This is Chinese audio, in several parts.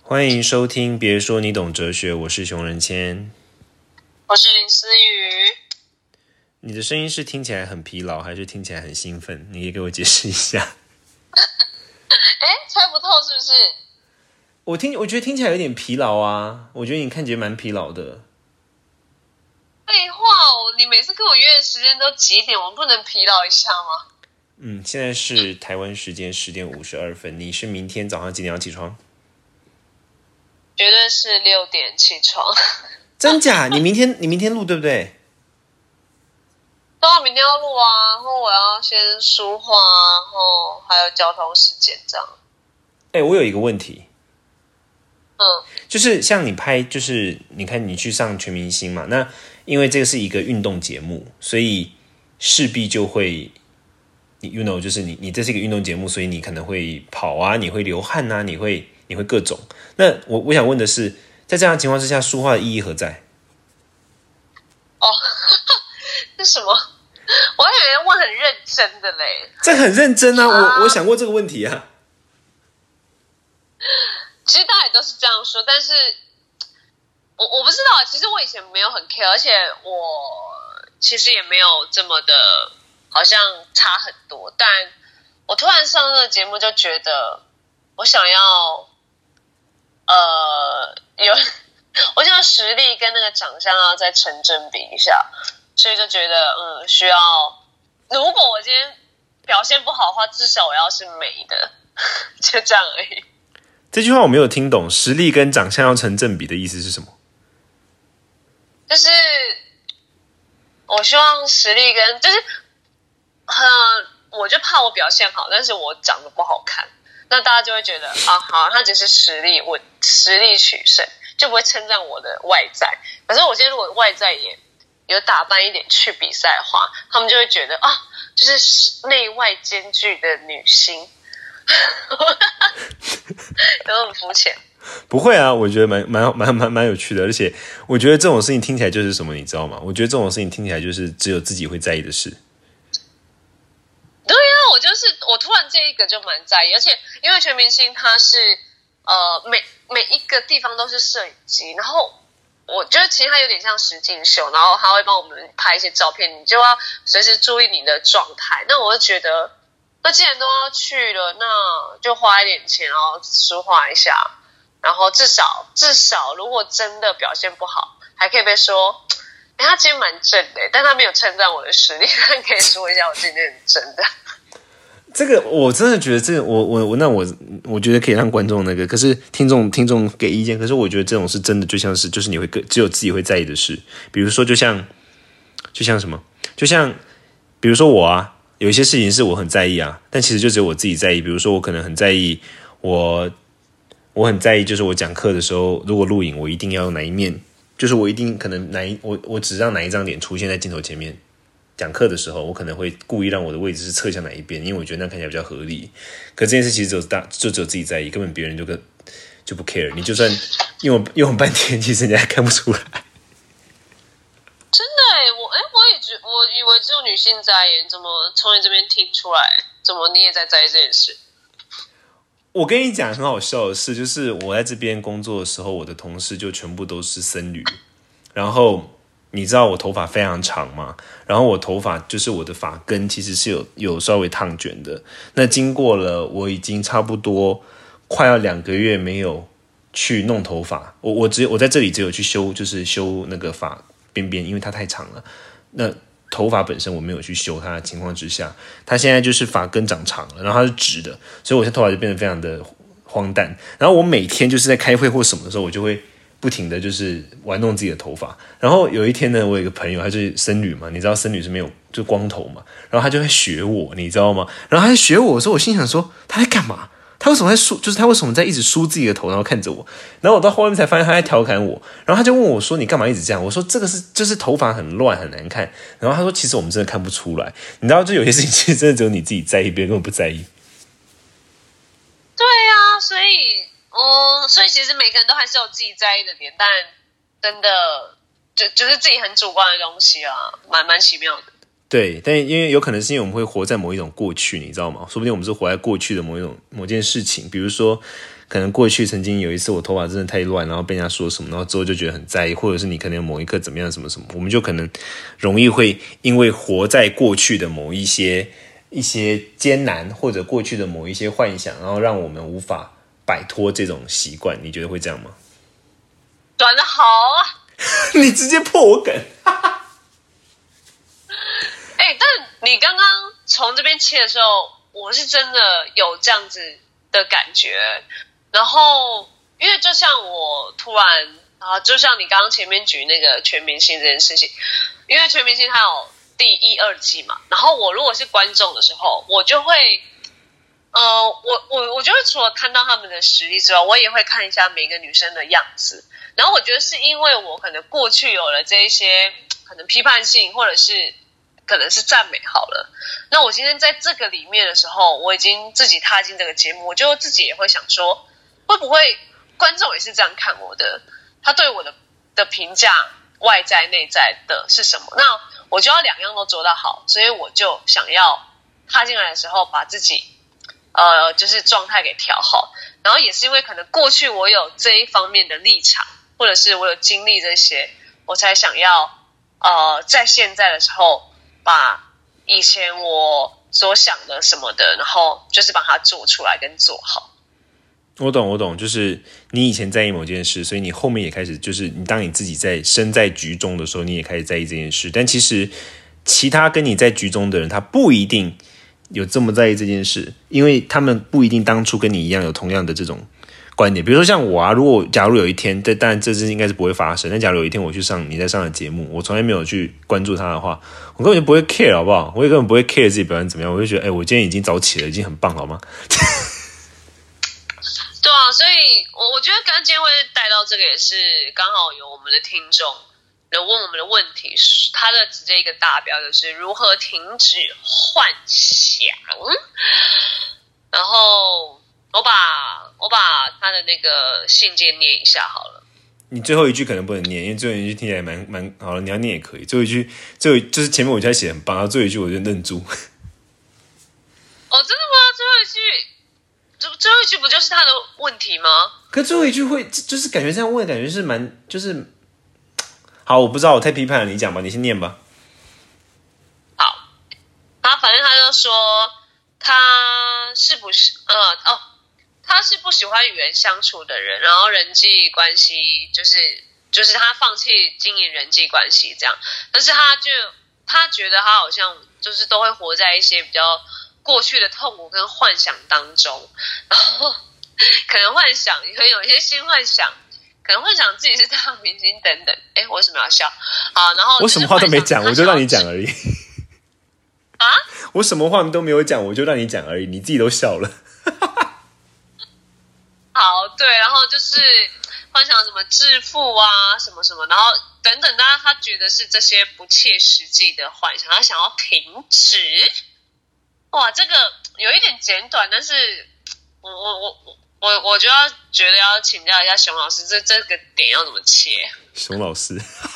欢迎收听别说你懂哲学，我是熊仁谦。 我是林思雨。 你的声音是听起来很疲劳还是听起来很兴奋？你可以给我解释一下。 猜不透是不是？ 我觉得听起来有点疲劳啊，我觉得你看起来蛮疲劳的。 废话你每次跟我约的时间都几点？我不能疲劳一下吗？ 现在是台湾时间10点52分，你是明天早上几点要起床？ 绝对是6点起床。 真假？你明天录对不对？ 对啊，明天要录啊，然后我要先梳化，然后还有交通时间这样。 我有一个问题。就是像你拍，就是你看你去上全明星嘛，那因为这个是一个运动节目，所以势必就会就是你这是一个运动节目，所以你可能会跑啊，你会流汗啊，你会各种。那我想问的是，在这样的情况之下，梳化的意义何在？ 这什么？我还以为问很认真的嘞。 这很认真啊，我想过这个问题啊。 其实大家也都是这样说，但是我不知道，其实我以前没有很 care， 而且我其实也没有这么的，好像差很多。但我突然上这个节目就觉得，我想要我想要实力跟那个长相要再成正比一下，所以就觉得需要。如果我今天表现不好的话，至少我要是美的，就这样而已。 这句话我没有听懂，实力跟长相要成正比的意思是什么？ 就是我希望实力跟我就怕我表现好，但是我长得不好看，那大家就会觉得好，他只是实力取胜，就不会称赞我的外在。可是我今天如果外在也有打扮一点去比赛的话，他们就会觉得就是内外兼具的女星。有很肤浅？ 不会啊，我觉得蛮有趣的，而且我觉得这种事情听起来就是什么，你知道吗？我觉得这种事情听起来就是只有自己会在意的事。 对啊，我突然这一个就蛮在意，而且因为全明星它是每一个地方都是摄影机，然后我觉得其实它有点像实境秀，然后他会帮我们拍一些照片，你就要随时注意你的状态。那我就觉得，那既然都要去了，那就花一点钱，然后梳化一下，然后至少如果真的表现不好，还可以被说，他今天蛮正的，但他没有称赞我的实力，但可以说一下我今天很正的。 这个我真的觉得这个我觉得可以让观众那个，可是听众给意见，可是我觉得这种是真的，就是你会只有自己会在意的事。比如说就像什么，就像比如说我啊，有一些事情是我很在意啊，但其实就只有我自己在意。比如说我可能很在意我很在意，就是我讲课的时候，如果录影，我一定要用哪一面，就是我一定可能我只让哪一张脸出现在镜头前面。讲课的时候，我可能会故意让我的位置是侧向哪一边，因为我觉得那看起来比较合理。可这件事其实只有自己在意，根本别人就不 care。你就算用半天，其实人家还看不出来。 真的我以为只有女性在意，怎么从你这边听出来？怎么你也在意这件事？ 我跟你讲很好笑的事，就是我在这边工作的时候，我的同事就全部都是僧侣，然后你知道我头发非常长嘛，然后我头发就是我的发根其实是有稍微烫卷的。那经过了我已经差不多快要2个月没有去弄头发，我在这里只有去修那个发边边，因为它太长了。那头发本身我没有去修它的情况之下，它现在就是发根长长了，然后它是直的，所以我现在头发就变得非常的荒诞。然后我每天就是在开会或什么的时候，我就会不停的就是玩弄自己的头发。然后有一天呢，我有一个朋友，他就是僧侣嘛，你知道僧侣是没有就光头嘛，然后他就会学我，你知道吗？然后他在学我的时候，我心想说他在干嘛？他为什么在梳？就是他为什么在一直梳自己的头，然后看着我？然后我到后面才发现他在调侃我，然后他就问我说：“你干嘛一直这样？”我说：“这个就是头发很乱很难看。”然后他说：“其实我们真的看不出来，你知道，就有些事情其实真的只有你自己在意，别人根本不在意。” 对啊，所以其实每个人都还是有自己在意的点，但真的就是自己很主观的东西啊，蛮奇妙的。 对，但因为有可能是因为我们会活在某一种过去，你知道吗？说不定我们是活在过去的某件事情，比如说可能过去曾经有一次我头发真的太乱，然后被人家说什么，然后之后就觉得很在意，或者是你可能某一刻怎么样什么什么，我们就可能容易会因为活在过去的某一些艰难，或者过去的某一些幻想，然后让我们无法摆脱这种习惯。你觉得会这样吗？ 转得好啊！ 你直接破我梗。 但你刚刚从这边切的时候，我是真的有这样子的感觉。然后，因为就像我突然就像你刚刚前面举那个全明星这件事情，因为全明星它有第1、2季嘛，然后我如果是观众的时候，我就会，我就会除了看到他们的实力之外，我也会看一下每个女生的样子。然后我觉得是因为我可能过去有了这一些可能批判性，或者是可能是赞美好了。那我今天在这个里面的时候，我已经自己踏进这个节目，我就自己也会想说，会不会观众也是这样看我的？他对我的评价，外在内在的是什么？那我就要两样都做到好，所以我就想要踏进来的时候，把自己就是状态给调好。然后也是因为可能过去我有这一方面的立场，或者是我有经历这些，我才想要在现在的时候把以前我所想的什么的，然后就是把它做出来跟做好。 我懂，就是你以前在意某件事，所以你后面也开始，就是当你自己身在局中的时候，你也开始在意这件事。但其实其他跟你在局中的人，他不一定有这么在意这件事，因为他们不一定当初跟你一样有同样的这种观点。比如说像我啊，假如有一天，当然这应该是不会发生，但假如有一天我去上你在上的节目，我从来没有去关注他的话，我根本就不会 care 好不好？我也根本不会 care 自己表演怎么样，我就觉得我今天已经早起了，已经很棒了好吗？ 对啊，所以我觉得刚刚今天会带到这个，也是刚好有我们的听众有问我们的问题，他的直接一个大标就是如何停止幻想。然后我把他的那个信件念一下好了。你最后一句可能不能念，因为最后一句听起来蛮好了，你要念也可以。最后一句就是前面我就在写很棒，然后最后一句我就愣住。 哦，真的吗？最后一句不就是他的问题吗？ 可最后一句会就是感觉这样问，感觉是蛮就是好，我不知道，我太批判了，你讲吧，你先念吧。 好，反正他就说他是不喜欢与人相处的人，然后人际关系就是他放弃经营人际关系这样，但是他觉得他好像就是都会活在一些比较过去的痛苦跟幻想当中，然后可能幻想会有一些新幻想，可能幻想自己是大明星等等。我为什么要笑？好，然后我什么话都没讲，我就让你讲而已。 啊？ 我什么话都没有讲，我就让你讲而已，你自己都笑了。 好，对，然后就是幻想什么致富啊，什么什么，然后等等，他觉得是这些不切实际的幻想，他想要停止。哇，这个有一点简短，但是我就要觉得要请教一下熊老师，这个点要怎么切？ 熊老师，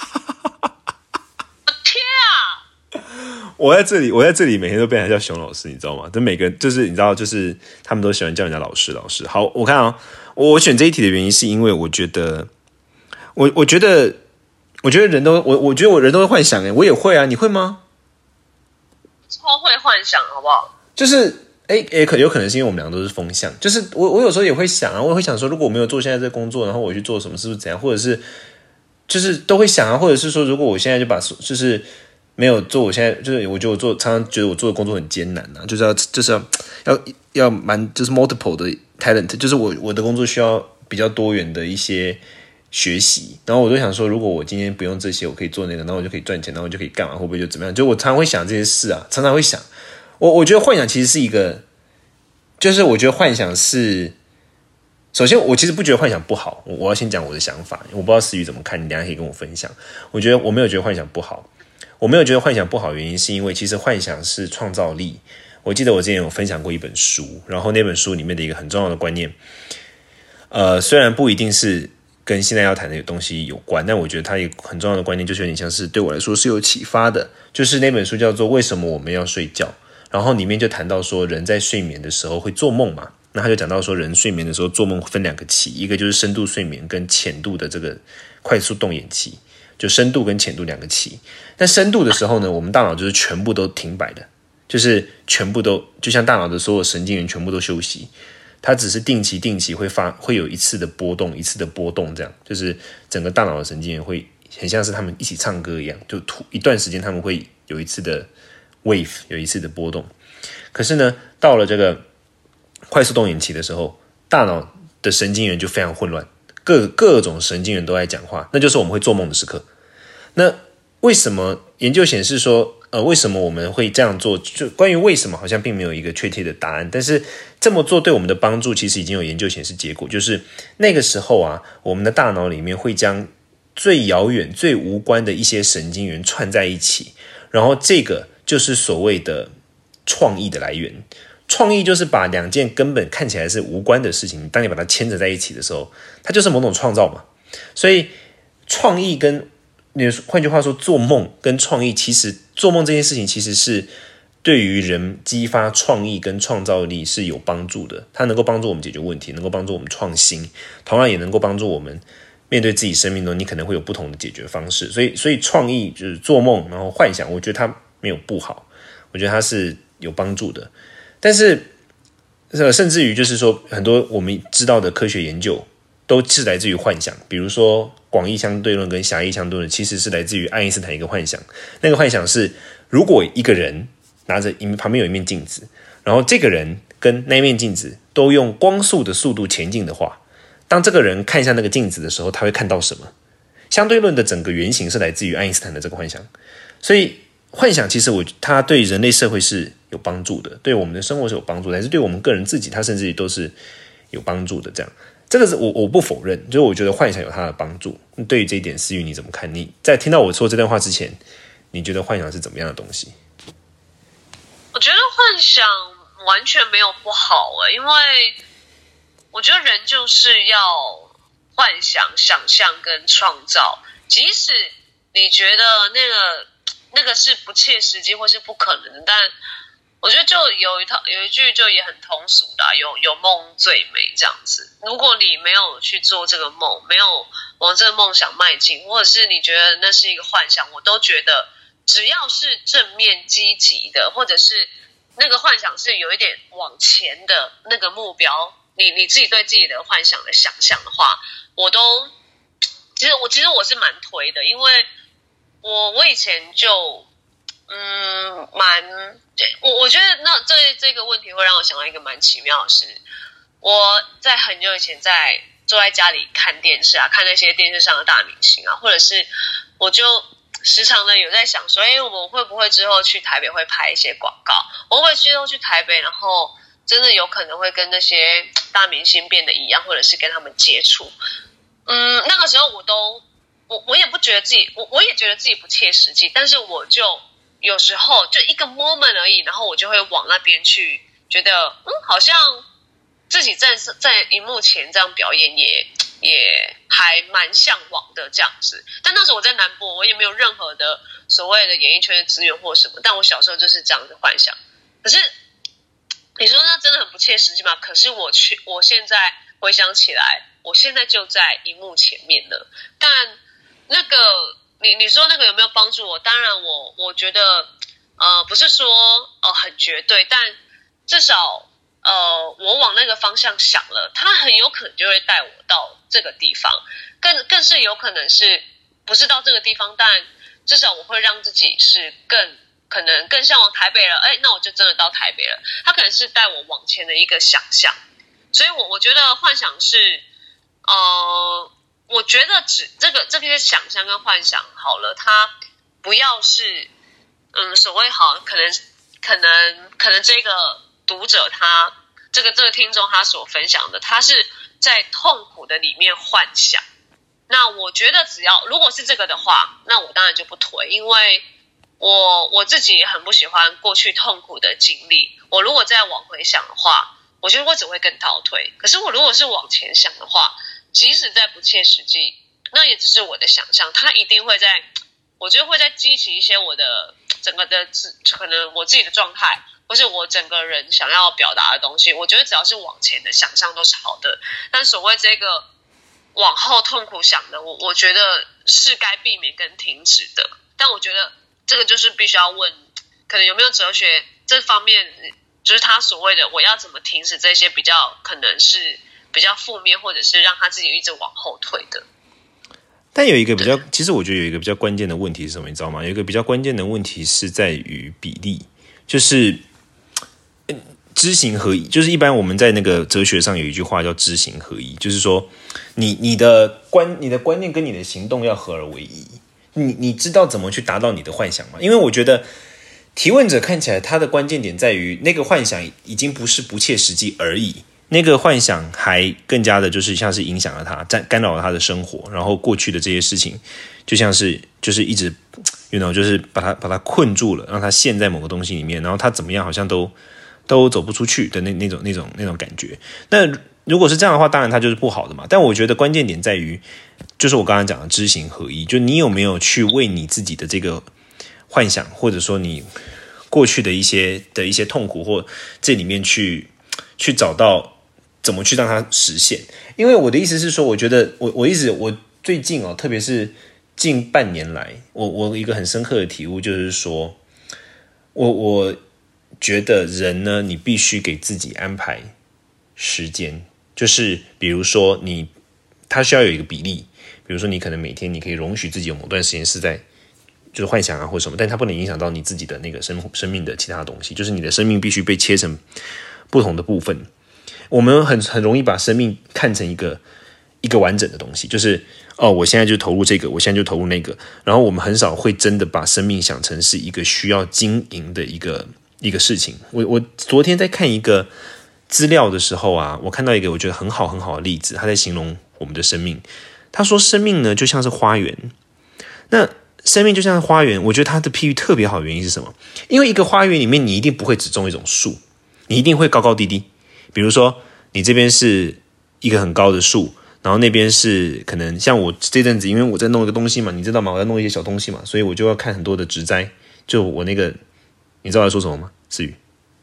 天啊！ 我在这里每天都被人家叫熊老师，你知道吗？就每个就是你知道，就是他们都喜欢叫人家老师。好，我看啊，我选这一题的原因是因为我觉得，我觉得人都我觉得我人都会幻想，我也会啊，你会吗？ 超会幻想，好不好？ 就是有可能是因为我们两个都是风象，就是我有时候也会想啊，我也会想说，如果我没有做现在这个工作，然后我去做什么，是不是怎样，或者是就是都会想啊，或者是说，如果我现在就就是没有做，我现在就是我觉得常常觉得我做的工作很艰难啊，就是要蛮就是 multiple 的 talent， 就是我的工作需要比较多元的一些学习，然后我就想说，如果我今天不用这些，我可以做那个，然后我就可以赚钱，然后我就可以干嘛，会不会就怎么样？就我常常会想这些事啊，常常会想。我觉得幻想其实是一个，就是我觉得幻想是，首先我其实不觉得幻想不好，我要先讲我的想法，我不知道思雨怎么看，你等一下可以跟我分享。我没有觉得幻想不好，我没有觉得幻想不好的原因是因为其实幻想是创造力。我记得我之前有分享过一本书，然后那本书里面的一个很重要的观念，虽然不一定是跟现在要谈的东西有关，但我觉得它一个很重要的观念就是有点像是对我来说是有启发的，就是那本书叫做《为什么我们要睡觉》，然后里面就谈到说人在睡眠的时候会做梦嘛， 那他就讲到说，人睡眠的时候做梦分2个期，一个就是深度睡眠跟浅度的这个快速动眼期，就深度跟浅度2个期。那深度的时候呢，我们大脑就是全部都停摆的，就是全部都就像大脑的所有神经元全部都休息，它只是定期会有一次的波动，这样就是整个大脑的神经元会很像是他们一起唱歌一样，就一段时间他们会有一次的 wave， 有一次的波动。可是呢，到了这个快速动眼期的时候，大脑的神经元就非常混乱，各种神经元都在讲话，那就是我们会做梦的时刻。那为什么研究显示说，为什么我们会这样做？就关于为什么，好像并没有一个确切的答案。但是这么做对我们的帮助，其实已经有研究显示结果，就是那个时候啊，我们的大脑里面会将最遥远、最无关的一些神经元串在一起，然后这个就是所谓的创意的来源。创意就是把2件根本看起来是无关的事情，当你把它牵扯在一起的时候，它就是某种创造嘛。所以创意跟换句话说，做梦跟创意，其实做梦这件事情其实是对于人激发创意跟创造力是有帮助的。它能够帮助我们解决问题，能够帮助我们创新，同样也能够帮助我们面对自己生命中你可能会有不同的解决方式。所以创意就是做梦，然后幻想，我觉得它没有不好，我觉得它是有帮助的。但是甚至于就是说，很多我们知道的科学研究都是来自于幻想，比如说广义相对论跟狭义相对论其实是来自于爱因斯坦一个幻想。那个幻想是，如果一个人拿着旁边有一面镜子，然后这个人跟那面镜子都用光速的速度前进的话，当这个人看向那个镜子的时候，他会看到什么？相对论的整个原型是来自于爱因斯坦的这个幻想。所以幻想其实它对人类社会是有帮助的，对我们的生活是有帮助的，但是对我们个人自己，它甚至都是有帮助的。这个是我不否认，就是我觉得幻想有它的帮助。对于这一点，思雨你怎么看？你在听到我说这段话之前，你觉得幻想是怎么样的东西？ 我觉得幻想完全没有不好因为我觉得人就是要幻想、想象跟创造，即使你觉得那个是不切实际或是不可能的，但我觉得就有一句就也很通俗的有梦最美这样子。如果你没有去做这个梦，没有往这个梦想迈进，或者是你觉得那是一个幻想，我都觉得只要是正面积极的，或者是那个幻想是有一点往前的那个目标，你自己对自己的幻想的想象的话，其实我是蛮推的，因为我以前就我觉得那这个问题会让我想到一个蛮奇妙的事。我在很久以前坐在家里看电视啊，看那些电视上的大明星啊，或者是我就时常的有在想说，我会不会之后去台北会拍一些广告？我会不会之后去台北，然后真的有可能会跟那些大明星变得一样，或者是跟他们接触？那个时候我也不觉得自己，我也觉得自己不切实际，但是我就有时候就一个 moment 而已，然后我就会往那边去，觉得好像自己在荧幕前这样表演也还蛮向往的这样子。但那时候我在南部，我也没有任何的所谓的演艺圈的资源或什么，但我小时候就是这样的幻想。可是你说那真的很不切实际吗？可是我现在回想起来，我现在就在荧幕前面了。但那个你说那个有没有帮助我？当然我觉得不是说很绝对，但至少我往那个方向想了，它很有可能就会带我到这个地方，更是有可能是不是到这个地方，但至少我会让自己是可能更向往台北了。那我就真的到台北了。它可能是带我往前的一个想象，所以我觉得幻想是我觉得这些想象跟幻想好了，它不要是所谓好，可能这个读者他这个听众他所分享的，他是在痛苦的里面幻想。那我觉得如果是这个的话，那我当然就不推，因为我自己也很不喜欢过去痛苦的经历。我如果再往回想的话，我觉得我只会更倒退。可是我如果是往前想的话，即使在不切实际，那也只是我的想象，它一定我觉得会在激起一些我的整个的可能我自己的状态， 或是我整个人想要表达的东西，我觉得只要是往前的想象都是好的。但所谓这个往后痛苦想的，我觉得是该避免跟停止的。但我觉得这个就是必须要问，可能有没有哲学这方面，就是他所谓的我要怎么停止这些比较可能是比较负面，或者是让他自己一直往后退的。 但有一个比较，其实我觉得有一个比较关键的问题是什么，你知道吗？有一个比较关键的问题是在于比例，就是知行合一。就是一般我们在那个哲学上有一句话叫知行合一，就是说你的观念跟你的行动要合而为一。你知道怎么去达到你的幻想吗？因为我觉得提问者看起来他的关键点在于那个幻想已经不是不切实际而已。那个幻想还更加的，就是像是影响了他，干扰了他的生活，然后过去的这些事情，就像是就是一直就是把他困住了，让他陷在某个东西里面，然后他怎么样好像都走不出去的那种感觉。那如果是这样的话，当然他就是不好的嘛。但我觉得关键点在于，就是我刚刚讲的知行合一，就你有没有去为你自己的这个幻想，或者说你过去的一些痛苦，或这里面去找到怎么去让它实现。因为我的意思是说，我觉得我最近特别是近半年来，我一个很深刻的体悟就是说，我觉得人呢，你必须给自己安排时间，就是比如说它需要有一个比例，比如说你可能每天你可以容许自己有某段时间是在就是幻想啊或什么，但它不能影响到你自己的那个生命的其他东西，就是你的生命必须被切成不同的部分。我们很容易把生命看成一个完整的东西，就是我现在就投入这个，我现在就投入那个，然后我们很少会真的把生命想成是一个需要经营的一个事情。我昨天在看一个资料的时候啊，我看到一个我觉得很好的例子，他在形容我们的生命。他说生命呢就像是花园，那生命就像是花园，我觉得他的譬喻特别好的原因是什么？因为一个花园里面你一定不会只种一种树，你一定会高高低低。比如说你这边是一个很高的树，然后那边是可能像我这阵子因为我在弄一个东西嘛，你知道吗？我在弄一些小东西嘛，所以我就要看很多的植栽。就我那个，你知道我在说什么吗？思雨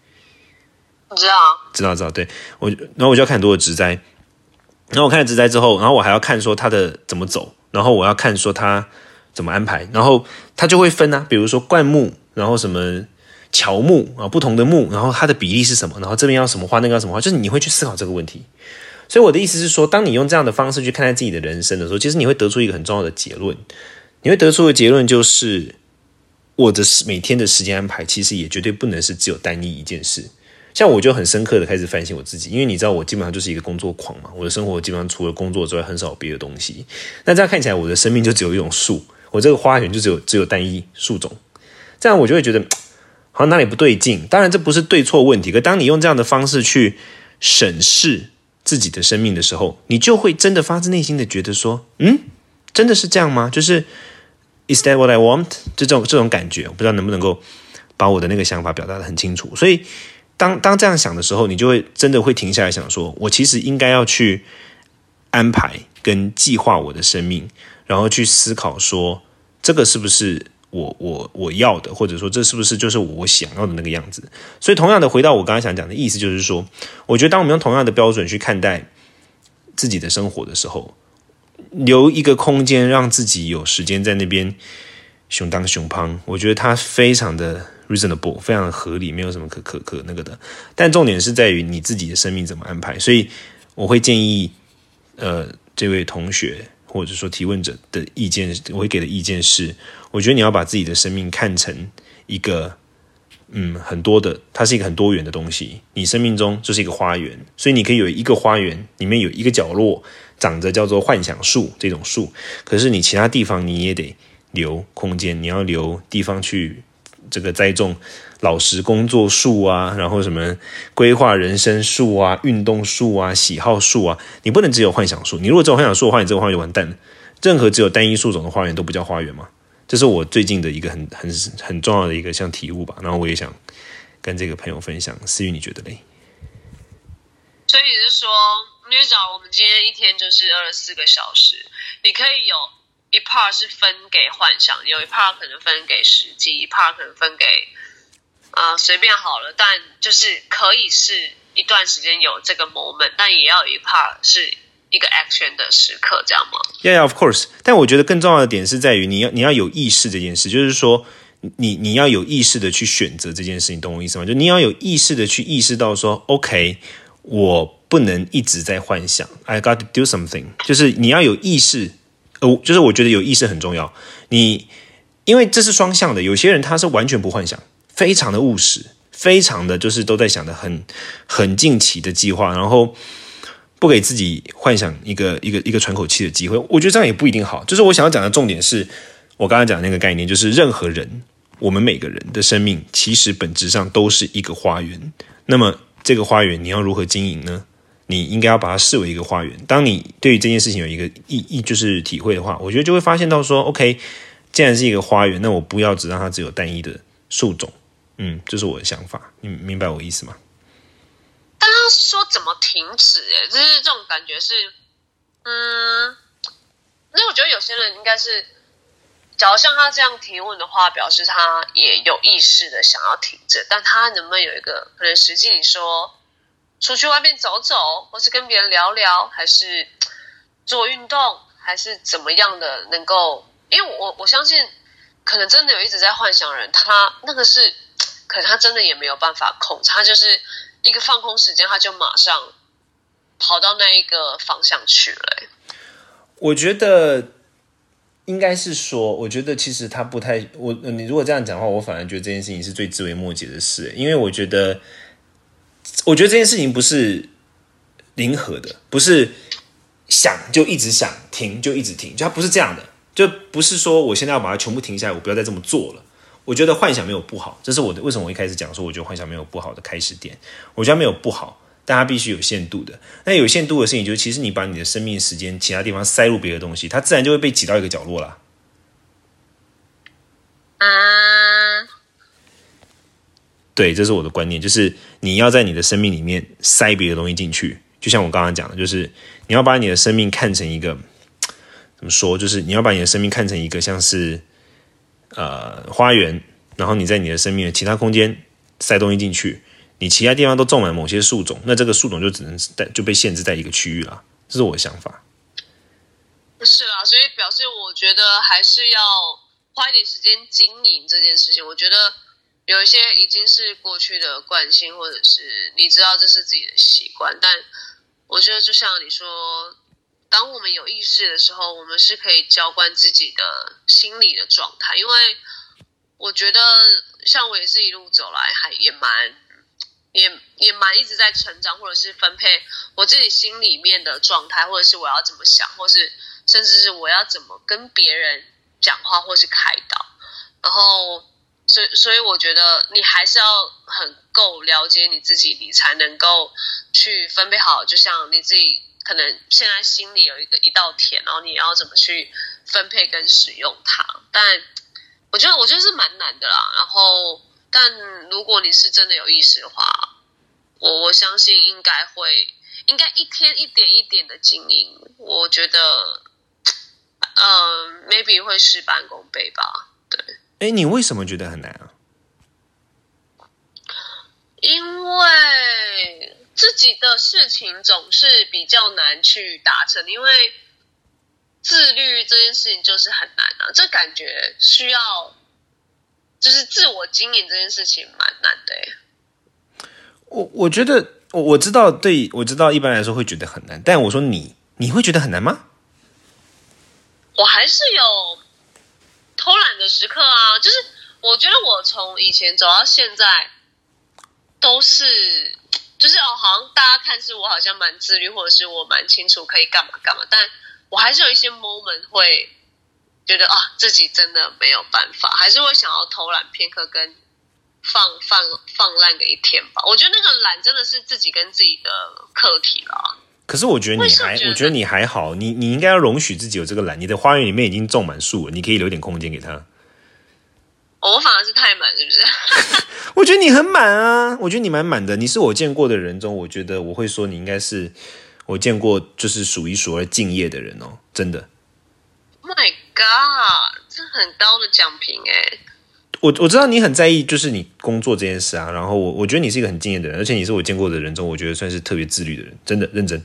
知道，对，然后我就要看很多的植栽，然后我看了植栽之后，然后我还要看说它的怎么走，然后我要看说它怎么安排，然后它就会分啊，比如说灌木，然后什么乔木啊，不同的木，然后它的比例是什么，然后这边要什么花，那个要什么花，就是你会去思考这个问题。所以我的意思是说，当你用这样的方式去看待自己的人生的时候，其实你会得出一个很重要的结论。你会得出的结论就是，我的每天的时间安排其实也绝对不能是只有单一一件事。像我就很深刻的开始反省我自己，因为你知道我基本上就是一个工作狂嘛，我的生活基本上除了工作之外很少有别的东西。那这样看起来我的生命就只有一种树，我这个花园就只有单一树种，这样我就会觉得好像哪里不对劲。当然这不是对错问题，可当你用这样的方式去审视自己的生命的时候，你就会真的发自内心的觉得说，真的是这样吗？就是 Is that what I want？ 这种感觉，我不知道能不能够把我的那个想法表达得很清楚。所以当这样想的时候，你就会真的会停下来想说，我其实应该要去安排跟计划我的生命，然后去思考说，这个是不是我要的，或者说这是不是就是我想要的那个样子。所以同样的回到我刚才想讲的意思，就是说我觉得当我们用同样的标准去看待自己的生活的时候，留一个空间让自己有时间在那边熊当熊胖，我觉得它非常的 reasonable， 非常的合理，没有什么可那个的。但重点是在于你自己的生命怎么安排。所以我会建议这位同学或者说提问者的意见，我会给的意见是，我觉得你要把自己的生命看成一个很多的，它是一个很多元的东西。你生命中就是一个花园，所以你可以有一个花园里面有一个角落长着叫做幻想树这种树，可是你其他地方你也得留空间，你要留地方去这个栽种老实工作树啊，然后什么规划人生树啊，运动树啊，喜好树啊，你不能只有幻想树。你如果只有幻想树的话，你这个花园就完蛋了。任何只有单一树种的花园都不叫花园嘛。这是我最近的一个很重要的一个像体悟吧。然后我也想跟这个朋友分享。思雨你觉得嘞？ 所以是说，因为假如我们今天一天就是24个小时，你可以有一 part 是分给幻想，有一 part 可能分给实际，一 part 可能分给随便好了，但就是可以是一段时间有这个 moment， 但也要有一 part 是一个 action 的时刻，这样吗 ？Yeah, of course。但我觉得更重要的点是在于你要有意识这件事，就是说你要有意识的去选择这件事，你懂我意思吗？就你要有意识的去意识到说 ，OK， 我不能一直在幻想 ，I got to do something， 就是你要有意识，就是我觉得有意识很重要。因为这是双向的，有些人他是完全不幻想，非常的务实，非常的就是都在想的很近期的计划，然后不给自己幻想一个喘口气的机会。我觉得这样也不一定好。就是我想要讲的重点是，我刚刚讲的那个概念，就是任何人，我们每个人的生命其实本质上都是一个花园。那么这个花园你要如何经营呢？你应该要把它视为一个花园。当你对于这件事情有一个就是体会的话，我觉得就会发现到说 ，OK。既然是一个花园，那我不要只让它只有单一的树种，这是我的想法，你明白我意思吗？ 但他说怎么停止？就是这种感觉是，那我觉得有些人应该是，假如像他这样提问的话，表示他也有意识的想要停止，但他能不能有一个可能实际你说出去外面走走，或是跟别人聊聊，还是做运动，还是怎么样的能够？因为我相信，可能真的有一直在幻想的人，他那个是，可能他真的也没有办法控制，他就是一个放空时间，他就马上跑到那一个方向去了。 我觉得应该是说，我觉得其实他不太，你如果这样讲的话，我反而觉得这件事情是最枝微末节的事，因为我觉得这件事情不是零和的，不是想就一直想，停就一直停，就它不是这样的。就不是说我现在要把它全部停下来，我不要再这么做了。我觉得幻想没有不好，这是为什么我一开始讲说，我觉得幻想没有不好的开始点。我觉得没有不好，但它必须有限度的。那有限度的事情，就是其实你把你的生命时间其他地方塞入别的东西，它自然就会被挤到一个角落啦。对，这是我的观念，就是你要在你的生命里面塞别的东西进去。就像我刚刚讲的，就是你要把你的生命看成一个。怎么说？就是你要把你的生命看成一个像是花园，然后你在你的生命的其他空间塞东西进去，你其他地方都种满某些树种，那这个树种就被限制在一个区域了。这是我的想法。 是啦，所以表示我觉得还是要花一点时间经营这件事情。我觉得有一些已经是过去的惯性，或者是你知道这是自己的习惯，但我觉得就像你说。当我们有意识的时候，我们是可以浇灌自己的心理的状态，因为我觉得像我也是一路走来，还也蛮一直在成长，或者是分配我自己心里面的状态，或者是我要怎么想，或是甚至是我要怎么跟别人讲话，或是开导。然后，所以我觉得你还是要很够了解你自己，你才能够去分配好，就像你自己。可能现在心里有一道田，然后你要怎么去分配跟使用它？但我觉得是蛮难的啦。然后，但如果你是真的有意识的话，我相信应该一天一点的经营，我觉得maybe 会事半功倍吧。对。 你为什么觉得很难啊？ 因为自己的事情总是比较难去达成，因为自律这件事情就是很难啊，这感觉需要就是自我经营这件事情蛮难的耶。 我觉得我知道，对，我知道一般来说会觉得很难，但我说你会觉得很难吗？ 我还是有偷懒的时刻啊，就是我觉得我从以前走到现在都是就是好像大家看是我好像蛮自律，或者是我蛮清楚可以干嘛干嘛，但我还是有一些 moment 会觉得自己真的没有办法，还是会想要偷懒片刻跟放烂个一天吧。我觉得那个懒真的是自己跟自己的课题啦。可是我觉得你还好，你应该要容许自己有这个懒。你的花园里面已经种满树了，你可以留点空间给他。 我反而是太满，是不是？ 我觉得你很满啊，我觉得你蛮满的。你是我见过的人中，我觉得我会说你应该是我见过就是数一数二敬业的人哦，真的。 Oh my god， 这很高的奖评哎。 我知道你很在意就是你工作这件事啊，然后我觉得你是一个很敬业的人，而且你是我见过的人中我觉得算是特别自律的人，真的认真。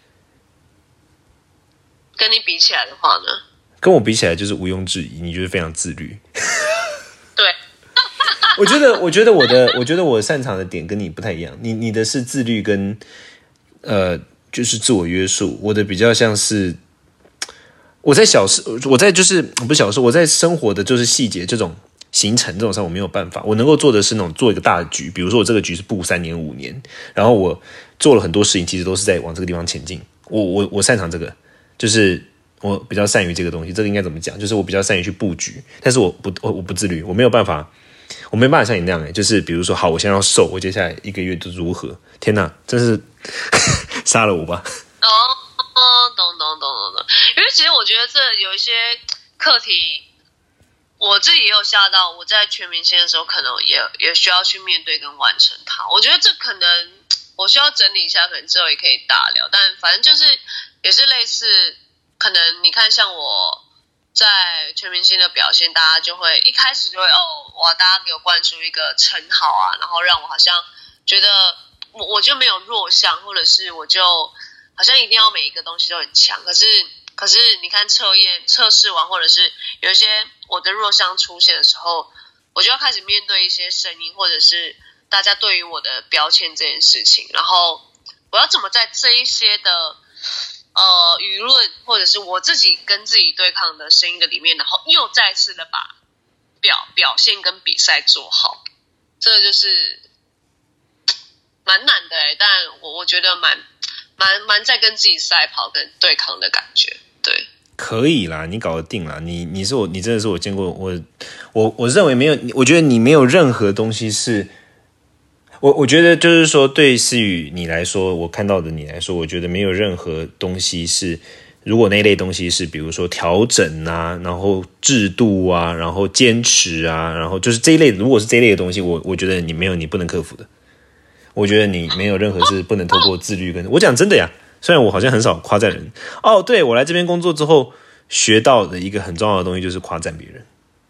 跟你比起来的话呢？ 跟我比起来就是毋庸置疑，你就是非常自律。 对， 我觉得我擅长的点跟你不太一样，你的是自律跟就是自我约束，我的比较像是我在小事，我在就是不是小事，我在生活的就是细节这种行程这种上我没有办法，我能够做的是那种做一个大的局，比如说我这个局是布3年5年，然后我做了很多事情，其实都是在往这个地方前进。我擅长这个，就是我比较善于这个东西，这个应该怎么讲？就是我比较善于去布局，但是我不自律，我没有办法像你那样就是比如说好，我现在要瘦，我接下来1个月就如何？天哪，真是杀了我吧！ 懂。因为其实我觉得这有一些课题，我自己也有吓到。我在全明星的时候，可能也需要去面对跟完成它。我觉得这可能我需要整理一下，可能之后也可以大聊。但反正就是也是类似，可能你看像我在全明星的表现，大家就会一开始就会哇，大家给我灌输一个称号啊，然后让我好像觉得我就没有弱项，或者是我就好像一定要每一个东西都很强。可是你看测试完，或者是有一些我的弱项出现的时候，我就要开始面对一些声音，或者是大家对于我的标签这件事情，然后我要怎么在这一些的舆论，或者是我自己跟自己对抗的声音的里面，然后又再次的把表现跟比赛做好，这个就是蛮难的但我觉得蛮在跟自己赛跑跟对抗的感觉。对， 可以啦，你搞得定啦，你真的是我见过我认为没有，我觉得你没有任何东西是，我觉得就是说对思雨你来说，我看到的你来说，我觉得没有任何东西是，如果那一类东西是比如说调整啊，然后制度啊，然后坚持啊，然后就是这一类，如果是这一类的东西，我觉得你没有你不能克服的。我觉得你没有任何是不能透过自律跟我讲真的呀，虽然我好像很少夸赞人对，我来这边工作之后学到的一个很重要的东西就是夸赞别人。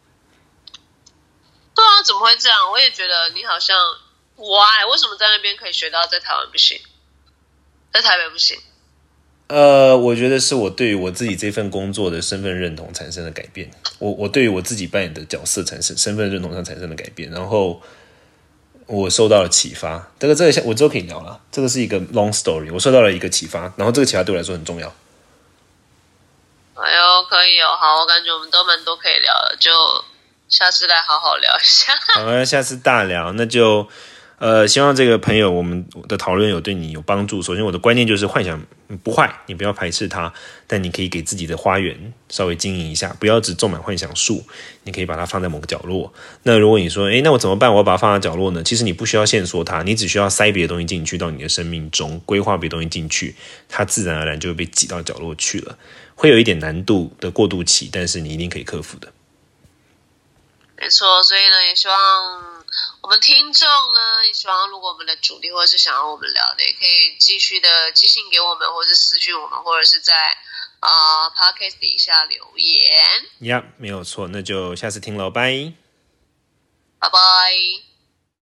对啊，怎么会这样？我也觉得你好像为什么在那边可以学到，在台湾不行，在台北不行？ 我觉得是我对于我自己这份工作的身份认同产生了改变，我对于我自己扮演的角色身份认同上产生了改变，然后我受到了启发，这个我之后可以聊了，这个是一个 long story， 我受到了一个启发，然后这个启发对我来说很重要。 哎呦，可以好，我感觉我们都蛮多可以聊的，就下次来好好聊一下。 好，下次大聊，那就希望这个朋友我们的讨论有对你有帮助。首先我的观念就是幻想不坏，你不要排斥它，但你可以给自己的花园稍微经营一下，不要只种满幻想树，你可以把它放在某个角落。那如果你说那我怎么办，我要把它放在角落呢？其实你不需要限缩它，你只需要塞别的东西进去到你的生命中，规划别的东西进去，它自然而然就会被挤到角落去了，会有一点难度的过渡期，但是你一定可以克服的。 没错，所以呢，也希望我们听众呢，也希望如果我们的主题或者是想要我们聊的，也可以继续的寄信给我们，或者是私讯我们，或者是在podcast 底下留言。 没有错，那就下次听喽，拜拜拜。